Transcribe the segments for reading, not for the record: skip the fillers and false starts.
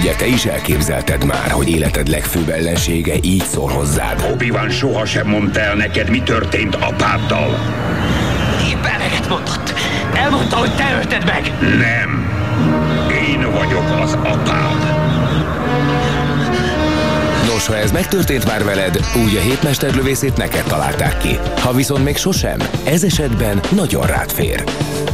Ugye te is elképzelted már, hogy életed legfőbb ellensége így szól hozzád? Obi-Wan sohasem mondta el neked, mi történt apáddal. Épp eleget mondott. Elmondta, hogy te ölted meg. Nem. Én vagyok az apád. Nos, ha ez megtörtént már veled, úgy a hétmesterlövészét neked találták ki. Ha viszont még sosem, ez esetben nagyon rád fér.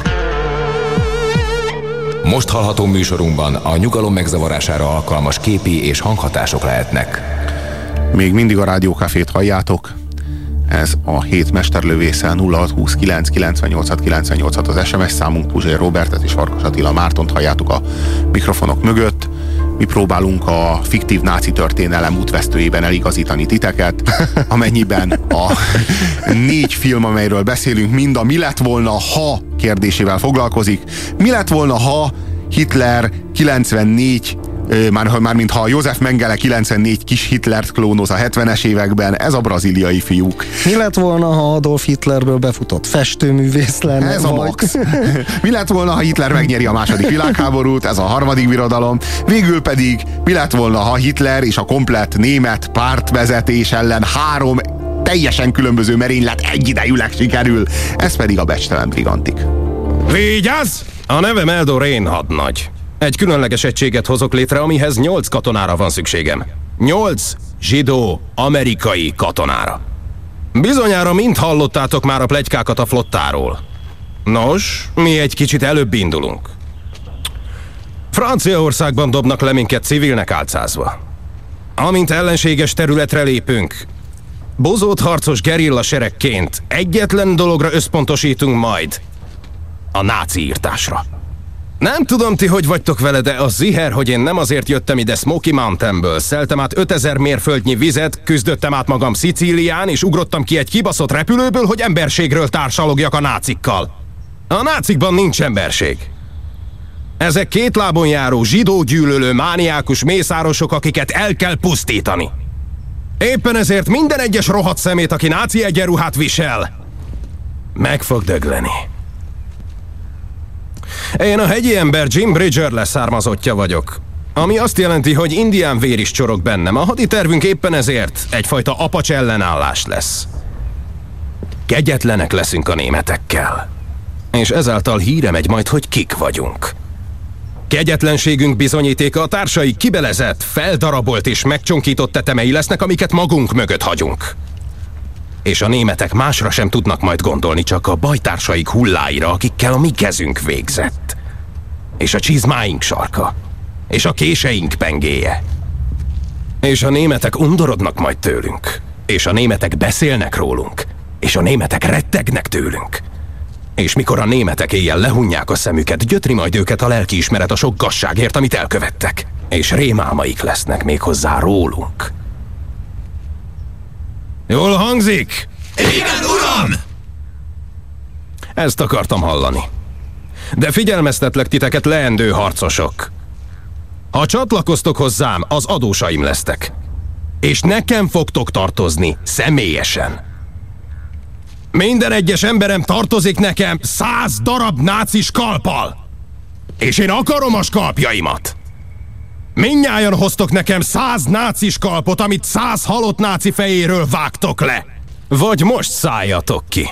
Most hallható műsorunkban a nyugalom megzavarására alkalmas képi és hanghatások lehetnek. Még mindig a Rádiókafét halljátok. Ez a hét mesterlövésze 0629 98 az SMS számunk, Puzsér Robertet és Farkas Attila Mártont halljátok a mikrofonok mögött. Mi próbálunk a fiktív náci történelem útvesztőjében eligazítani titeket, amennyiben a 4 film, amelyről beszélünk, mind a mi lett volna, ha kérdésével foglalkozik. Mi lett volna, ha Hitler 94, mármint ha József Mengele 94 kis Hitlert klónoz a 70-es években, ez a braziliai fiúk. Mi lett volna, ha Adolf Hitlerből befutott festőművész lenne? Ez a max. Mi lett volna, ha Hitler megnyeri a második világháborút? Ez a harmadik birodalom. Végül pedig mi lett volna, ha Hitler és a komplett német pártvezetés ellen 3 teljesen különböző merénylet egyidejűleg sikerül? Ez pedig a Becstelen Brigantik. Vigyázz! A nevem Eldor Rénhadnagy. Egy különleges egységet hozok létre, amihez 8 katonára van szükségem. 8 zsidó amerikai katonára. Bizonyára mind hallottátok már a pletykákat a flottáról. Nos, mi egy kicsit előbb indulunk. Franciaországban dobnak le minket civilnek álcázva. Amint ellenséges területre lépünk, bozót harcos gerilla seregként egyetlen dologra összpontosítunk majd. A náci írtásra. Nem tudom ti, hogy vagytok vele, de az ziher, hogy én nem azért jöttem ide Smoky Mountainből, szeltem át 5000 mérföldnyi vizet, küzdöttem át magam Szicílián, és ugrottam ki egy kibaszott repülőből, hogy emberségről társalogjak a nácikkal. A nácikban nincs emberség. Ezek 2 lábon járó, zsidógyűlölő, mániákus mészárosok, akiket el kell pusztítani. Éppen ezért minden egyes rohadt szemét, aki náci egyenruhát visel, meg fog dögleni. Én a hegyi ember Jim Bridger leszármazottja vagyok, ami azt jelenti, hogy indián vér is csorog bennem. A haditervünk éppen ezért egyfajta apacs ellenállás lesz. Kegyetlenek leszünk a németekkel, és ezáltal híre megy majd, hogy kik vagyunk. Kegyetlenségünk bizonyítéka a társai kibelezett, feldarabolt és megcsonkított tetemei lesznek, amiket magunk mögött hagyunk. És a németek másra sem tudnak majd gondolni, csak a bajtársaik hulláira, akikkel a mi kezünk végzett. És a csizmáink sarka. És a késeink pengéje. És a németek undorodnak majd tőlünk. És a németek beszélnek rólunk. És a németek rettegnek tőlünk. És mikor a németek éjjel lehunják a szemüket, gyötri majd őket a lelkiismeret a sok gazságért, amit elkövettek. És rémálmaik lesznek méghozzá rólunk. Jól hangzik? Igen, uram! Ezt akartam hallani. De figyelmeztetlek titeket, leendő harcosok. Ha csatlakoztok hozzám, az adósaim lesztek. És nekem fogtok tartozni, személyesen. Minden egyes emberem tartozik nekem 100 darab náci skalppal. És én akarom a skalpjaimat. Mindnyájan hoztok nekem 100 náci skalpot, amit 100 halott náci fejéről vágtok le. Vagy most szálljatok ki.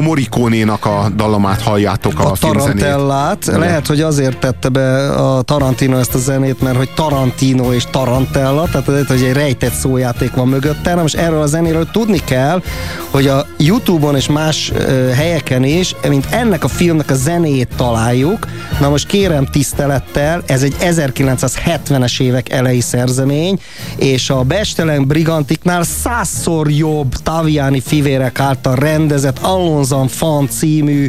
Morricone-nak a dallamát halljátok a filmzenét. Tarantellát. Lehet, hogy azért tette be a Tarantino ezt a zenét, mert hogy Tarantino és Tarantella, tehát lehet, hogy egy rejtett szójáték van mögötte. Na most erről a zenéről tudni kell, hogy a YouTube-on és más helyeken is, mint ennek a filmnek a zenéjét találjuk. Na most kérem tisztelettel, ez egy 1970-es évek elejé szerzemény, és a Bestelen Brigantiknál 100-szor jobb Taviani fivérek által rendezett Allons Enfants című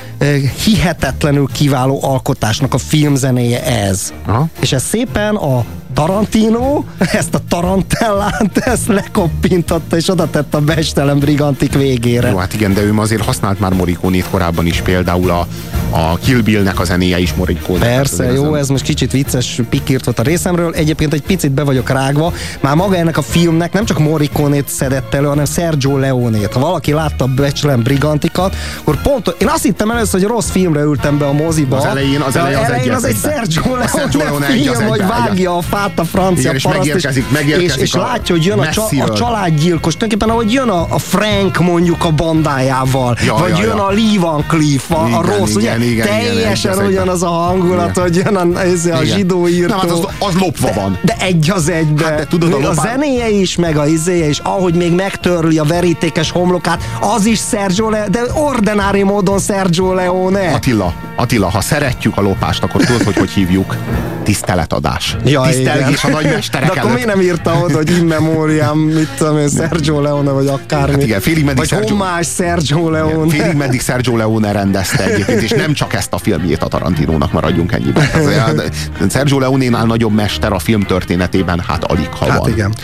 hihetetlenül kiváló alkotásnak a filmzenéje ez. Aha. És ez szépen a Tarantino ezt a Tarantellát ezt lekoppintotta és oda tett a Bestelen Brigantik végére. Jó, hát igen, de ő azért használt már Morricone-t korábban is, például a Kill Bill-nek a zenéje is Morricone. Persze, jó, ez most kicsit vicces pikírt volt a részemről, egyébként egy picit be vagyok rágva, már maga ennek a filmnek nem csak Morricone-t szedett elő, hanem Sergio Leone-t. Ha valaki látta a Bestelen Brigantikat, akkor pont, én azt hittem először, hogy rossz filmre ültem be a moziba. Az elején az egy Sergio Leone film, hogy vágja a fát a francia paraszt, és látja, hogy jön a családgyilkos, tulajdonképpen ahogy jön a Frank mondjuk a bandájával, vagy jön a Lee Van Cleef, a rossz, ugye? Teljesen ugyanaz a hangulat, hogy jön a zsidóírtó. Nem, hát az lopva van. De egy az egybe. Hát, tudod, a zenéje is, meg a izéje is, ahogy még megtörli a verítékes homlokát, az is Sergio Leone, de ordinári módon Sergio Leone. Attila, ha szeretjük a lopást, akkor tudod, hogy hívjuk? Tiszteletadás. Tisztelgés a nagymesterek előtt. De akkor miért nem írta oda, hogy in memoriam, mit tudom én, Sergio Leone, vagy akármi. Hát igen, félig meddig Sergio Leone. Félig meddig Sergio Leone rendezte egyébként, és nem csak ezt a filmjét a Tarantinónak, maradjunk ennyiben. Sergio Leone-nál nagyobb mester a film történetében, hát alig ha van. Igen.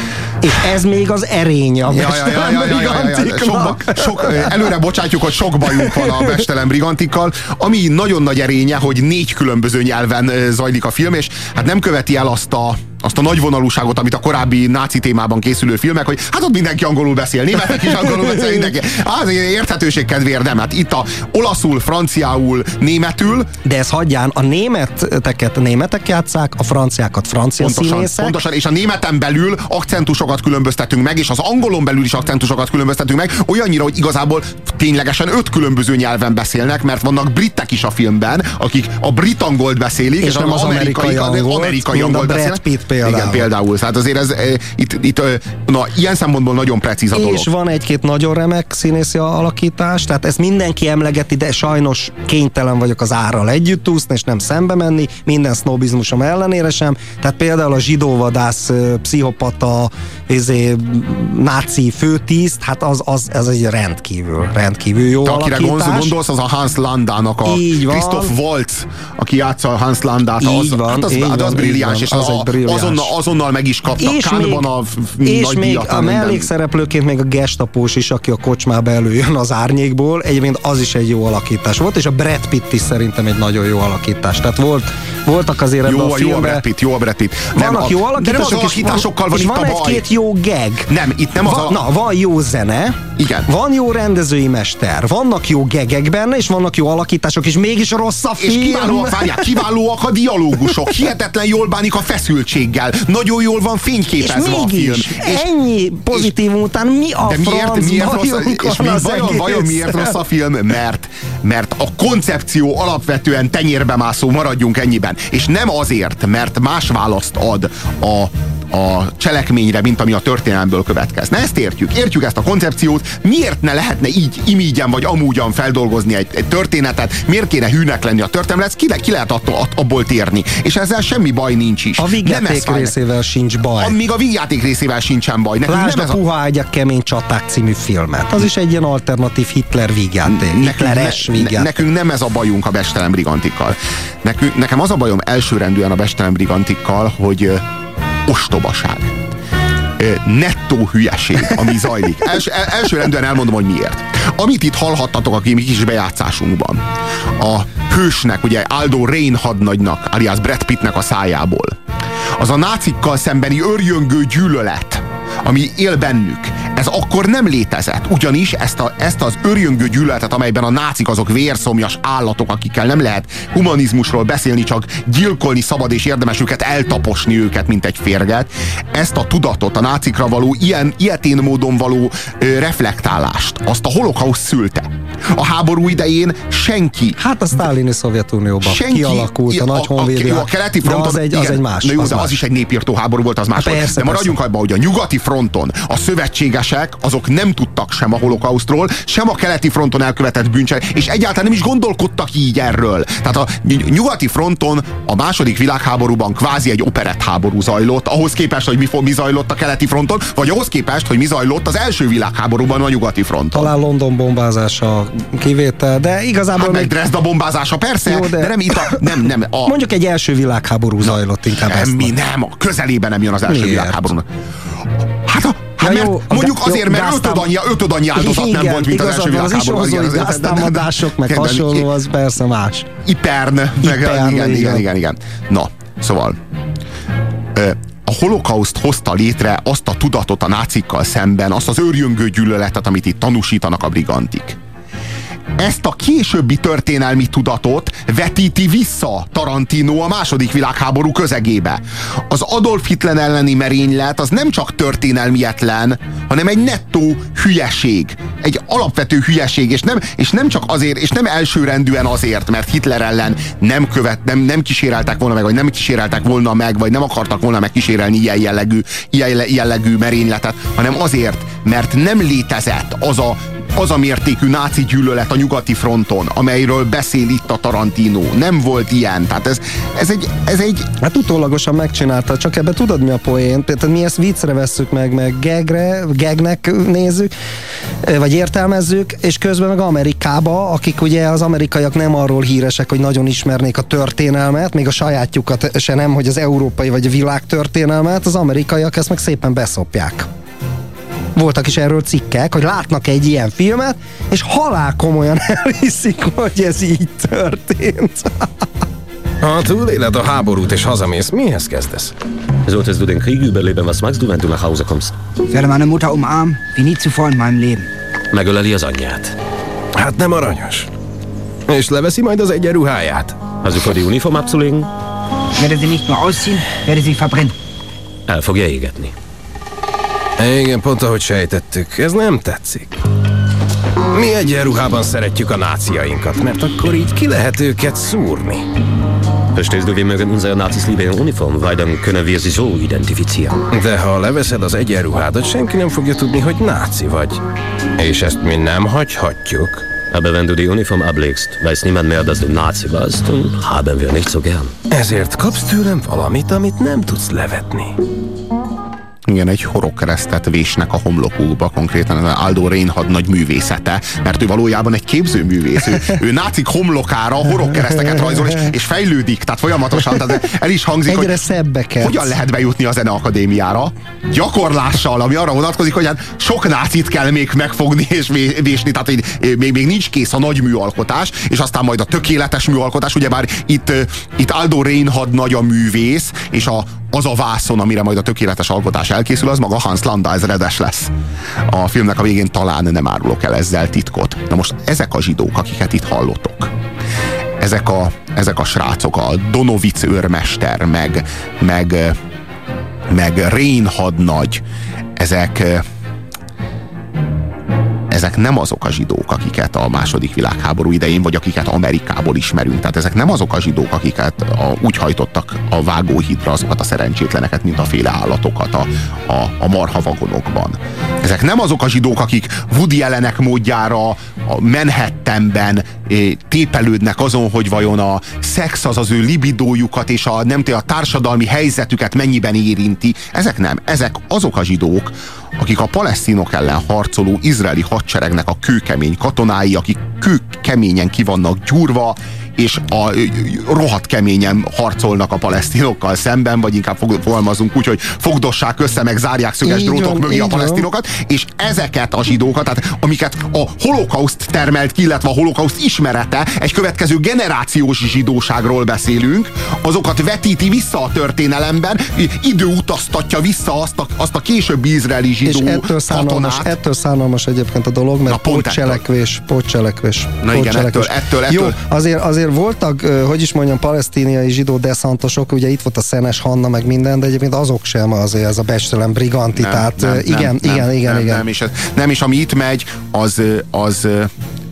És ez még az erénye a Bestelen Brigantiknak. Előre bocsátjuk, hogy sok bajunk van a Bestelen Brigantikkal, ami nagyon nagy erénye, hogy 4 különböző nyelven zajlik a film, és hát nem követi el azt a nagyvonalúságot, amit a korábbi náci témában készülő filmek, hogy hát ott mindenki angolul beszél, németek is angolul beszél, mindenki. Az érthetőség kedvéért nem. Hát itt olaszul, franciául, németül. De ez hagyján, a németeket a németek játsszák, a franciákat francia színészek. Pontosan, és a németen belül akcentusokat különböztetünk meg, és az angolon belül is akcentusokat különböztetünk meg, olyannyira, hogy igazából ténylegesen 5 különböző nyelven beszélnek, mert vannak britek is a filmben, akik a brit angolt beszélik, és nem az amerikai angolt beszélnek. Igen, például. Tehát azért ez itt ilyen szempontból nagyon precíz a dolog. És van egy-két nagyon remek színészi alakítás, tehát ezt mindenki emlegeti, de sajnos kénytelen vagyok az árral együtt úszni, és nem szembe menni, minden sznobizmusom ellenére sem. Tehát például a zsidóvadász, pszichopata, náci főtiszt, hát az egy rendkívül jó alakítás. Te akire gondolsz, az a Hans Landának a Christoph Waltz, aki játsza a Hans Landát, az brilliáns, és azonnal meg is kaptak Cannes-ban a és még a mellékszereplőként még a gestapós is, aki a kocsmába előjön az árnyékból, egyébként az is egy jó alakítás volt, és a Brad Pitt is szerintem egy nagyon jó alakítás. Tehát voltak azért ebben a filmben. Jó a Brad Pitt. Vannak jó alakításokkal van itt a baj. Van egy-két jó gag. Nem, itt nem van jó zene. Igen. Van jó rendezői mester. Vannak jó gegek benne, és vannak jó alakítások, és mégis rossz a film. És kiválóak a dialógusok. Hihetetlen jól bánik a feszültséggel. Nagyon jól van fényképezve a film. És ennyi pozitívum után mi a vajon miért rossz a film? Mert a koncepció alapvetően tenyérbe mászó, maradjunk ennyiben. És nem azért, mert más választ ad a cselekményre, mint ami a történelemből következne. Ezt értjük ezt a koncepciót. Miért ne lehetne így, imígyen vagy amúgyan feldolgozni egy történetet? Miért kéne hűnek lenni a történelemhez? Ki lehet abból térni? És ezzel semmi baj nincs is. A vígjáték részével sincs baj. Még a vígjáték részével sincsen baj. Lásd a Puha ágyak, kemény csaták című filmet. Az is egy ilyen alternatív Hitler vígjáték. Hitleres vígjáték. Nekünk nem ez a bajunk a Bestelen Brigantikkal. Nekem az a bajom elsőrendűen a Bestelen Brigantikkal, hogy ostobaság. Nettó hülyeség, ami zajlik. Elsőrendűen elmondom, hogy miért. Amit itt hallhattatok a mi kis bejátszásunkban, a hősnek, ugye Aldo Rain hadnagynak, alias Brad Pittnek a szájából, az a nácikkal szembeni örjöngő gyűlölet, ami él bennük, ez akkor nem létezett. Ugyanis ezt az örjöngő gyűlöletet, amelyben a nácik azok vérszomjas állatok, akikkel nem lehet humanizmusról beszélni, csak gyilkolni szabad és érdemes őket eltaposni őket, mint egy férget, ezt a tudatot, a nácikra való ilyetén módon való reflektálást, azt a holokauszt szülte. A háború idején senki. Hát a sztálini Szovjetunióban kialakult a nagy honvéd. A keleti fronton, az egy más. Na jó, az is egy népírtó háború volt, az más volt. De maradjunk abban, hogy a nyugati fronton a szövetségesek azok nem tudtak sem a holokausztról, sem a keleti fronton elkövetett bűncselekményekről, és egyáltalán nem is gondolkodtak így erről. Tehát a nyugati fronton a második világháborúban kvázi egy operett háború zajlott, ahhoz képest, hogy mi zajlott a keleti fronton, vagy ahhoz képest, hogy mi zajlott az első világháborúban a nyugati fronton. Talán London bombázása kivétel, de igazából... Hát meg Dresda bombázása, persze, jó, de nem itt mondjuk egy első világháború zajlott inkább. Nem, a közelében nem jön az első világháborúnak. Mondjuk azért, mert ötöd annyi áldozat nem volt, mint az első világháború. Az is gáztámadások, meg hasonló, az persze más. Ipern, igen. Na, szóval a holokauszt hozta létre azt a tudatot a nácikkal szemben, azt az őrjöngő gyűlöletet, amit itt tanúsítanak a brigantik. Ezt a későbbi történelmi tudatot vetíti vissza Tarantino a második világháború közegébe. Az Adolf Hitler elleni merénylet az nem csak történelmietlen, hanem egy nettó hülyeség. Egy alapvető hülyeség, és nem csak azért, és nem elsőrendűen azért, mert Hitler ellen nem kíséreltek volna meg, vagy nem kíséreltek volna meg, vagy nem akartak volna megkísérelni ilyen jellegű merényletet, hanem azért, mert nem létezett az a mértékű náci gyűlölet a nyugati fronton, amelyről beszél itt a Tarantino. Nem volt ilyen. Tehát ez egy... Hát utólagosan megcsinálta, csak ebbe tudod mi a poén? Tehát mi ezt viccre vesszük meg gagnek nézzük, vagy értelmezzük, és közben meg Amerikába, akik ugye az amerikaiak nem arról híresek, hogy nagyon ismernék a történelmet, még a sajátjukat se nem, hogy az európai vagy a világ történelmet, az amerikaiak ezt meg szépen beszopják. Voltak is erről cikkek, hogy látnak egy ilyen filmet, és halálkomolyan elhiszik, hogy ez így történt. Ha túléled a háborút és hazamész, mihez kezdesz? Solltest du den Krieg überleben, was magst du, wenn du nach Hause kommst? Ich werde meine Mutter umarmen, wie nie zuvor in meinem Leben. Megöleli az anyját. Hát nem aranyos. És leveszi majd az egyenruháját. Also vor die Uniform abzulegen? Werde sie nicht nur ausziehen, werde sie verbrennen. El fogja égetni. Igen, pont ahogy sejtettük. Ez nem tetszik. Mi egyenruhában szeretjük a náciainkat, mert akkor így ki lehet őket szúrni. Verstehst du, wir mögen unsere Nazis lieber in Uniform, weil dann können wir sie so identifizieren. De ha leveszed az egyenruhádat, senki nem fogja tudni, hogy náci vagy. És ezt mi nem hagyhatjuk. Aber wenn du die Uniform ablegst, weiß niemand mehr, dass du Nazi warst, und haben wir nicht so gern. Ezért kapsz tőlem valamit, amit nem tudsz levetni. Igen, egy horogkeresztet vésnek a homlokukba, konkrétan az Aldo Rain hadnagy művészete, mert ő valójában egy képzőművész. ő nácik homlokára horogkereszteket rajzol, és fejlődik, tehát folyamatosan, tehát el is hangzik, egyre hogy szebbeket. Hogyan lehet bejutni a Zeneakadémiára? Gyakorlással, ami arra vonatkozik, hogy hát sok nácit kell még megfogni és vésni, tehát még nincs kész a nagy műalkotás, és aztán majd a tökéletes műalkotás, ugyebár itt Aldo Rain hadnagy a művész, és az a vászon, amire majd a tökéletes alkotás elkészül, az maga Hans Landa ezredes lesz. A filmnek a végén talán nem árulok el ezzel titkot. Na most ezek a zsidók, akiket itt hallotok, ezek a srácok, a Donovic őrmester, meg Rain hadnagy, ezek nem azok a zsidók, akiket a második világháború idején, vagy akiket Amerikából ismerünk. Tehát ezek nem azok a zsidók, akiket úgy hajtottak a vágóhídra azokat a szerencsétleneket, mint a féle állatokat a marhavagonokban. Ezek nem azok a zsidók, akik Woody Allenek módjára a Manhattanben tépelődnek azon, hogy vajon a szex az ő libidójukat és a társadalmi helyzetüket mennyiben érinti. Ezek nem. Ezek azok a zsidók, akik a palesztinok ellen harcoló izraeli hadseregnek a kőkemény katonái, akik kőkeményen ki vannak gyúrva, és rohadt keményen harcolnak a palesztinokkal szemben, vagy inkább fogalmazunk úgy, hogy fogdossák össze, meg zárják szöges drótok mögé a palesztinokat, és ezeket a zsidókat, tehát amiket a holokauszt termelt ki, illetve a holokauszt ismerete, egy következő generációs zsidóságról beszélünk, azokat vetíti vissza a történelemben, időutaztatja vissza azt a későbbi izraeli zsidó katonát. Ettől szánalmas egyébként a dolog, mert pótcselekvés. Na igen, ettől. Jó, azért voltak, hogy is mondjam, palesztíniai zsidó deszantosok, ugye itt volt a Szenes Hanna, meg minden, de egyébként azok sem azért ez a becstelen briganti, igen. Nem, és ami itt megy, az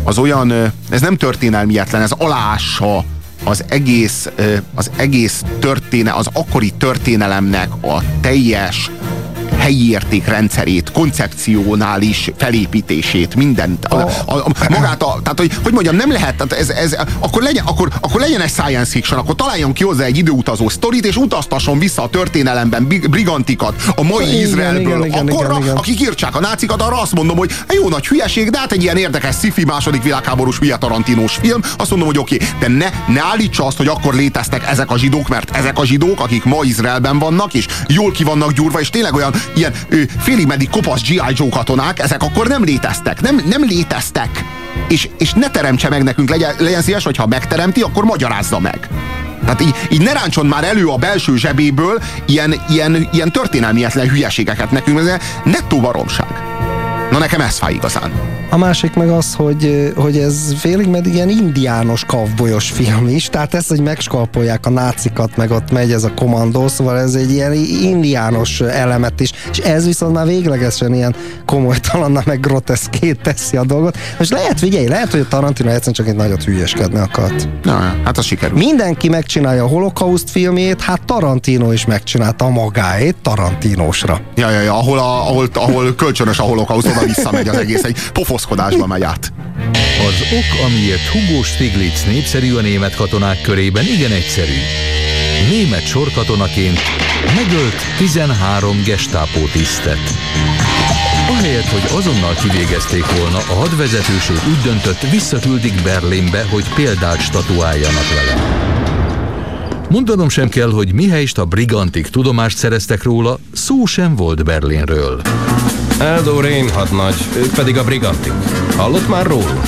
az olyan, ez nem történelmietlen, ez aláássa az egész az akkori történelemnek a teljes helyi értékrendszerét, koncepcionális felépítését, mindent. Magát, tehát hogy mondjam, nem lehet, tehát akkor legyen egy science fiction, akkor találjon ki hozzá egy időutazó sztorit, és utaztasson vissza a történelemben brigantikat a mai Izraelből akkorra, akik írtsák a nácikat, arra azt mondom, hogy jó nagy hülyeség, de hát egy ilyen érdekes sci-fi második világháborús hülye tarantinós film, azt mondom, hogy oké, de ne állítsa azt, hogy akkor léteztek ezek a zsidók, mert ezek a zsidók, akik ma Izraelben vannak, és jól ki vannak gyúrva, és tényleg olyan ilyen félig meddig kopasz G.I. Joe katonák, ezek akkor nem léteztek. Nem léteztek. És ne teremtse meg nekünk, legyen szíves, hogyha megteremti, akkor magyarázza meg. Tehát így ne ráncson már elő a belső zsebéből ilyen történelmietlen hülyeségeket nekünk, ez nettó baromság. Na nekem ez fáj igazán. A másik meg az, hogy ez félig meddig ilyen indiános kavbolyos film is, tehát ez, hogy megskalpolják a nácikat, meg ott megy ez a kommandó, szóval ez egy ilyen indiános elemet is, és ez viszont már véglegesen ilyen komolytalanna, meg groteszkét teszi a dolgot. Most lehet, hogy a Tarantino egyszerűen csak egy nagyot hülyeskedni akart. Na, hát az sikerül. Mindenki megcsinálja a holokauszt filmjét, hát Tarantino is megcsinálta a magáét Tarantinosra. Ja, ahol kölcsönös a holokauszt, oda visszamegy az egész, egy pofoszkodásba megy át. Az ok, amiért Hugo Stiglitz népszerű a német katonák körében, igen egyszerű. Német sorkatonaként megölt 13 Gestapo tisztet. Ahelyett, hogy azonnal kivégezték volna, a hadvezetőség úgy döntött, visszaküldik Berlinbe, hogy példát statuáljanak vele. Mondanom sem kell, hogy mihelyest a brigantik tudomást szereztek róla, szó sem volt Berlinről. Aldo Rain hadnagy, ők pedig a brigantik. Hallott már róla?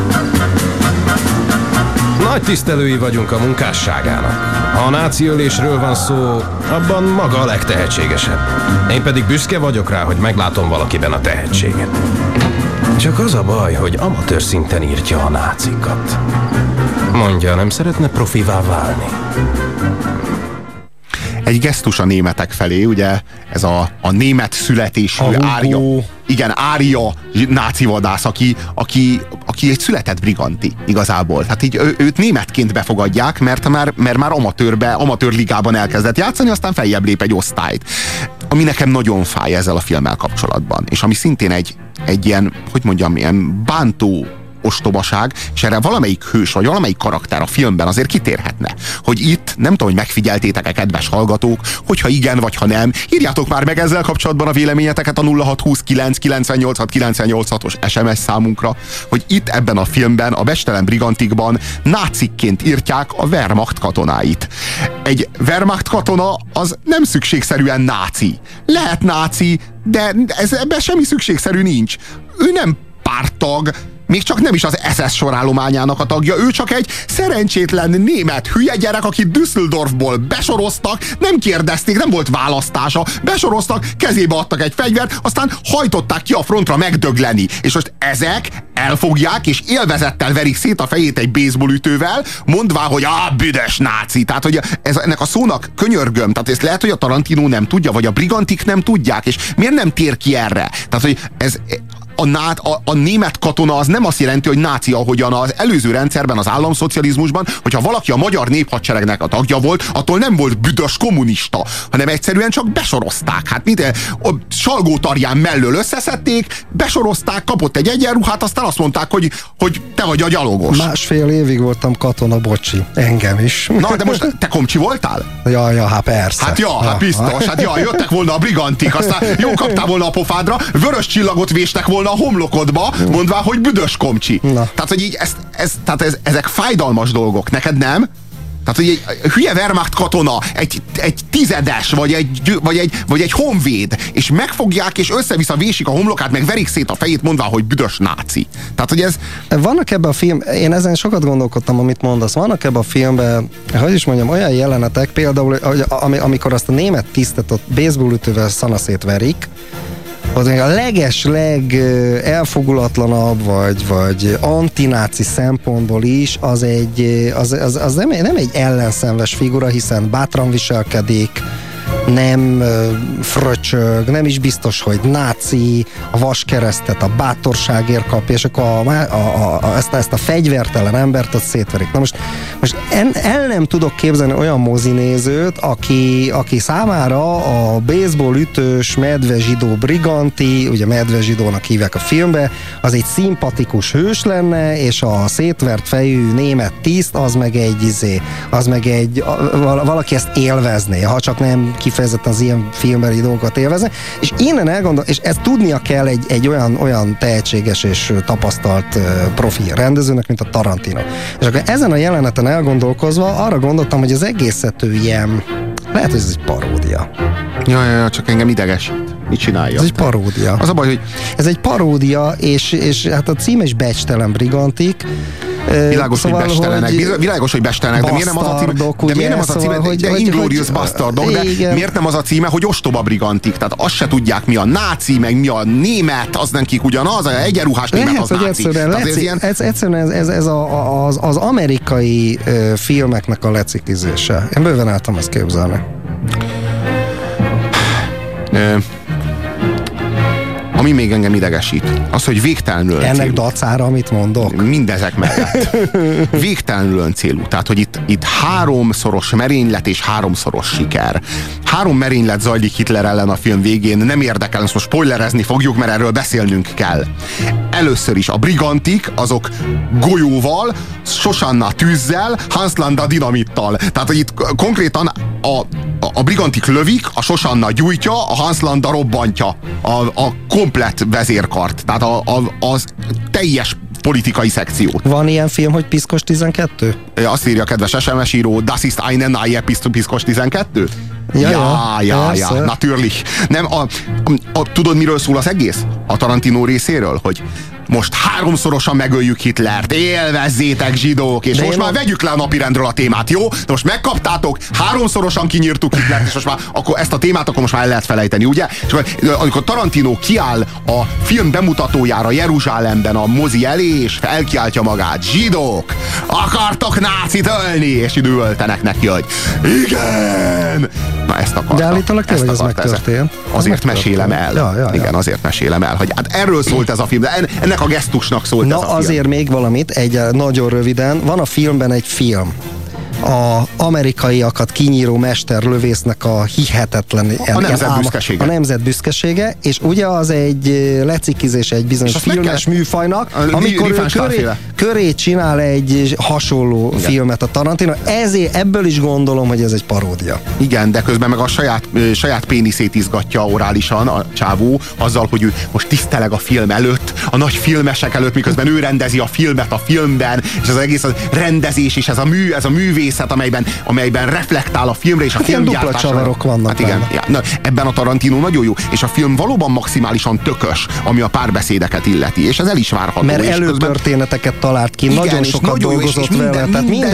Nagy tisztelői vagyunk a munkásságának. Ha a náci ölésről van szó, abban maga a legtehetségesebb. Én pedig büszke vagyok rá, hogy meglátom valakiben a tehetséget. Csak az a baj, hogy amatőr szinten írtja a nácikat. Mondja, nem szeretne profivá válni? Egy gesztus a németek felé, ugye ez a német születésű Ária. Igen, Ária náci vadász, aki egy született briganti igazából. Tehát így őt németként befogadják, mert már amatőr ligában elkezdett játszani, aztán feljebb lép egy osztályt. Ami nekem nagyon fáj ezzel a filmmel kapcsolatban, és ami szintén egy ilyen, hogy mondjam, ilyen bántó ostobaság, és erre valamelyik hős, vagy valamelyik karakter a filmben azért kitérhetne, hogy itt, nem tudom, hogy megfigyeltétek-e, kedves hallgatók, hogyha igen, vagy ha nem, írjátok már meg ezzel kapcsolatban a véleményeteket a 0629 986 986-os SMS számunkra, hogy itt ebben a filmben, a Bestelen brigantikban nácikként írtják a Wehrmacht katonáit. Egy Wehrmacht katona az nem szükségszerűen náci. Lehet náci, de ebben semmi szükségszerű nincs. Ő nem párttag, még csak nem is az SS sorállományának a tagja, ő csak egy szerencsétlen német hülye gyerek, akit Düsseldorfból besoroztak, nem kérdezték, nem volt választása, besoroztak, kezébe adtak egy fegyvert, aztán hajtották ki a frontra megdögleni. És most ezek elfogják, és élvezettel verik szét a fejét egy baseballütővel, mondván, hogy büdös náci. Tehát, hogy ennek a szónak könyörgöm, tehát ezt lehet, hogy a Tarantino nem tudja, vagy a brigantik nem tudják, és miért nem tér ki erre? Tehát, hogy ez a német katona az nem azt jelenti, hogy náci, ahogyan az előző rendszerben, az államszocializmusban, hogyha valaki a magyar néphadseregnek a tagja volt, attól nem volt büdös kommunista, hanem egyszerűen csak besorozták. Hát Salgótarján mellől összeszedték, besorozták, kapott egy egyenruhát, aztán azt mondták, hogy te vagy a gyalogos. 1,5 évig voltam katona, bocsi. Engem is. Na, de most te komcsi voltál? Ja, hát persze. Hát biztos. Hát jöttek volna a brigantik, aztán jó kaptál volna a pofádra, vörös csillagot véstek volna a homlokodba, mondván, hogy büdös komcsi. Na. Tehát, hogy így ezek fájdalmas dolgok. Neked nem? Tehát, hogy egy hülye Wehrmacht katona, egy tizedes, vagy egy honvéd, és megfogják, és össze-vissza vésik a homlokát, meg verik szét a fejét, mondván, hogy büdös náci. Tehát, hogy ez... Vannak ebben a film, én ezen sokat gondolkodtam, amit mondasz, vannak ebben a filmben, hogy is mondjam, olyan jelenetek, például, amikor azt a német tisztet ott baseballütővel szanaszét verik, az a elfogulatlanabb, vagy antináci szempontból is az nem egy ellenszenves figura, hiszen bátran viselkedik, nem fröcsög, nem is biztos, hogy náci, a vaskeresztet a bátorságért kapja, és akkor ezt a fegyvertelen embert ott szétverik. Na most el nem tudok képzelni olyan mozinézőt, aki számára a baseball ütős medvezsidó briganti, ugye medvezsidónak hívják a filmbe, az egy szimpatikus hős lenne, és a szétvert fejű német tiszt, az meg egy valaki ezt élvezné, ha csak nem kifejezetten az ilyen filmbeli dolgokat élvezne, és innen elgondolom, és ezt tudnia kell egy olyan tehetséges és tapasztalt profi rendezőnek, mint a Tarantino. És akkor ezen a jeleneten elgondolkozva arra gondoltam, hogy az egészet ő ilyen, lehet, hogy ez egy paródia. Ja, csak engem idegesít. Mit csinálja? Ez egy paródia. Az a baj, hogy... Ez egy paródia, és hát a cím is becstelen brigantik. Világos, szóval, hogy bestelenek. Világos, hogy bestelenek, de miért nem az a címe? De miért nem az a címe? De Inglourious Bastardok, de miért nem az a címe, hogy ostoba brigantik? Tehát azt se tudják, mi a náci, meg mi a német, az nekik ugyanaz, egyenruhás német az náci. Egyszerűen ez az amerikai filmeknek a lecikizése. Én bőven el tudom ezt képzelni. Ami még engem idegesít, az, hogy végtelenül ennek dacára, amit mondok? Mindezek mellett. Végtelenül öncélú. Tehát, hogy itt háromszoros merénylet és háromszoros siker. 3 merénylet zajlik Hitler ellen a film végén, nem érdekel, ezt most spoilerezni fogjuk, mert erről beszélnünk kell. Először is a brigantik, azok golyóval, Shosanna tűzzel, Hans Landa dinamittal. Tehát, hogy itt konkrétan a brigantik lövik, a Shosanna gyújtja, a Hans Landa robbantja a komplett vezérkart. Tehát az teljes politikai szekciót. Van ilyen film, hogy Piszkos 12? Azt írja a kedves SMS író, Das ist eine neue Piszkos 12? Ja, natürlich. Nem, tudod, miről szól az egész? A Tarantino részéről, hogy most 3-szorosan megöljük Hitlert, élvezzétek zsidók, és most már vegyük le a napirendről a témát, jó? De most megkaptátok, 3-szorosan kinyírtuk Hitlert, és most már akkor ezt a témát akkor most már el lehet felejteni, ugye? És amikor Tarantino kiáll a film bemutatójára Jeruzsálemben a mozi elé, és felkiáltja magát, zsidók, akartok nácit ölni? És időöltenek neki, hogy igen! Na ezt akarta. De állítólag tényleg ez megtörtént. Azért mesélem el. Igen, azért mesélem el, hogy hát erről szólt ez a film, de ennek a gesztusnak szólt ez a film. Na azért még valamit, egy nagyon röviden, van a filmben egy film, a amerikaiakat kinyíró mesterlövésznek a hihetetlen a nemzet büszkesége. A nemzet büszkesége, és ugye az egy lecikizés egy bizonyos filmes műfajnak, amikor ő köré csinál egy hasonló filmet a Tarantino. Ezért ebből is gondolom, hogy ez egy paródia. Igen, de közben meg a saját péniszét izgatja orálisan a csávó, azzal, hogy ő most tiszteleg a film előtt, a nagy filmesek előtt, miközben ő rendezi a filmet a filmben, és az egész a rendezés és ez a művészet, amelyben reflektál a filmre és a filmgyártásra. Dupla csavarok vannak. Hát igen, na, ebben a Tarantino nagyon jó, és a film valóban maximálisan tökös, ami a párbeszédeket illeti, és ez el is várható. Mert előtörténeteket talált ki, igen, nagyon sokat dolgozott vele.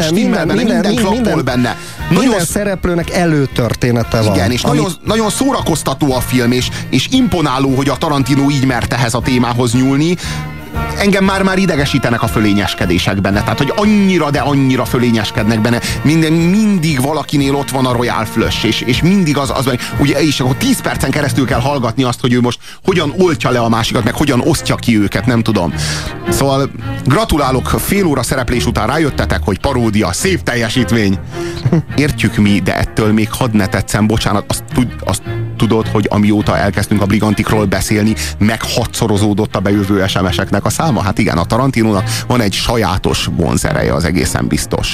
Minden szereplőnek előtörténete van. Igen, és nagyon szórakoztató a film, és imponáló, hogy a Tarantino így mert ehhez a témához nyúlni. Engem már idegesítenek a fölényeskedések benne, tehát hogy annyira fölényeskednek benne, mindig valakinél ott van a Royal Flush, és mindig az ugye, és akkor 10 percen keresztül kell hallgatni azt, hogy ő most hogyan oltja le a másikat, meg hogyan osztja ki őket, nem tudom. Szóval gratulálok, fél óra szereplés után rájöttetek, hogy paródia, szép teljesítmény. Értjük mi, de ettől még hadd ne tetszem, bocsánat, azt tudod, hogy amióta elkezdtünk a brigantikról beszélni, meg 6-szorozódott a bejövő SMS-eknek a száma? Hát igen, a Tarantinónak van egy sajátos vonzereje, az egészen biztos.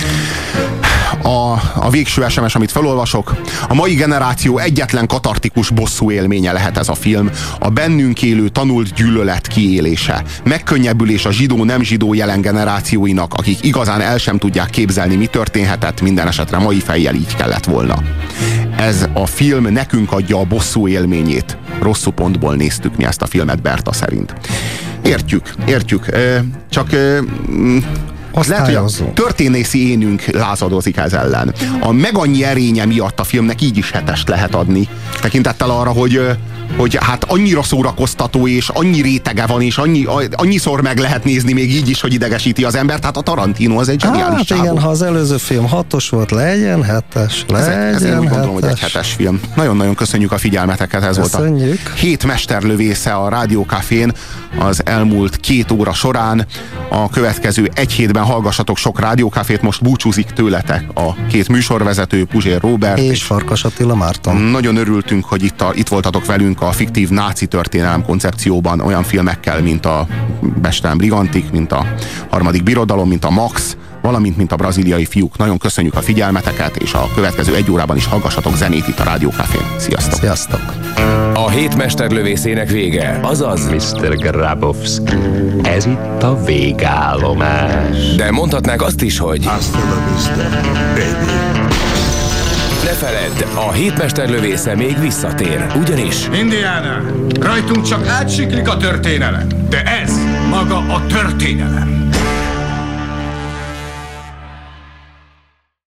A végső SMS, amit felolvasok, a mai generáció egyetlen katartikus bosszú élménye lehet ez a film, a bennünk élő tanult gyűlölet kiélése, megkönnyebbülés a zsidó-nem zsidó jelen generációinak, akik igazán el sem tudják képzelni, mi történhetett, minden esetre mai fejjel így kellett volna. Ez a film nekünk adja a bosszú élményét. Rosszú pontból néztük mi ezt a filmet Berta szerint. Értjük. Csak Lehet, hogy a történészi énünk lázadozik ez ellen. A meg annyi erénye miatt a filmnek így is 7-est lehet adni. Tekintettel arra, hogy hát annyira szórakoztató, és annyi rétege van, és annyiszor meg lehet nézni még így is, hogy idegesíti az embert. Tehát a Tarantino az egy zseniális csávó. Igen, ha az előző film 6-os volt, legyen 7-es. Ez én úgy gondolom, hogy egy 7-es film. Nagyon-nagyon köszönjük a figyelmeteket, ez köszönjük. Volt a 7 mesterlövésze a Rádió Cafén az elmúlt 2 óra során. A következő 1 hétben hallgassatok sok Rádió Cafét, most búcsúzik tőletek a 2 műsorvezető, Puzsér Róbert és Farkas Attila Márton. Nagyon örültünk, hogy itt voltatok velünk a fiktív náci történelem koncepcióban olyan filmekkel, mint a Bestelen Brigantik, mint a Harmadik Birodalom, mint a Max, valamint mint a Brazíliai fiúk. Nagyon köszönjük a figyelmeteket, és a következő 1 órában is hallgassatok zenét itt a Rádió Cafén. Sziasztok! Sziasztok! A 7 mesterlövészének vége, azaz Mr. Grabowski, ez itt a végállomás. De mondhatnák azt is, hogy Hasta la vista, baby. Ne feledd, a 7 mesterlövésze még visszatér, ugyanis Indiana, rajtunk csak átsiklik a történelem, de ez maga a történelem.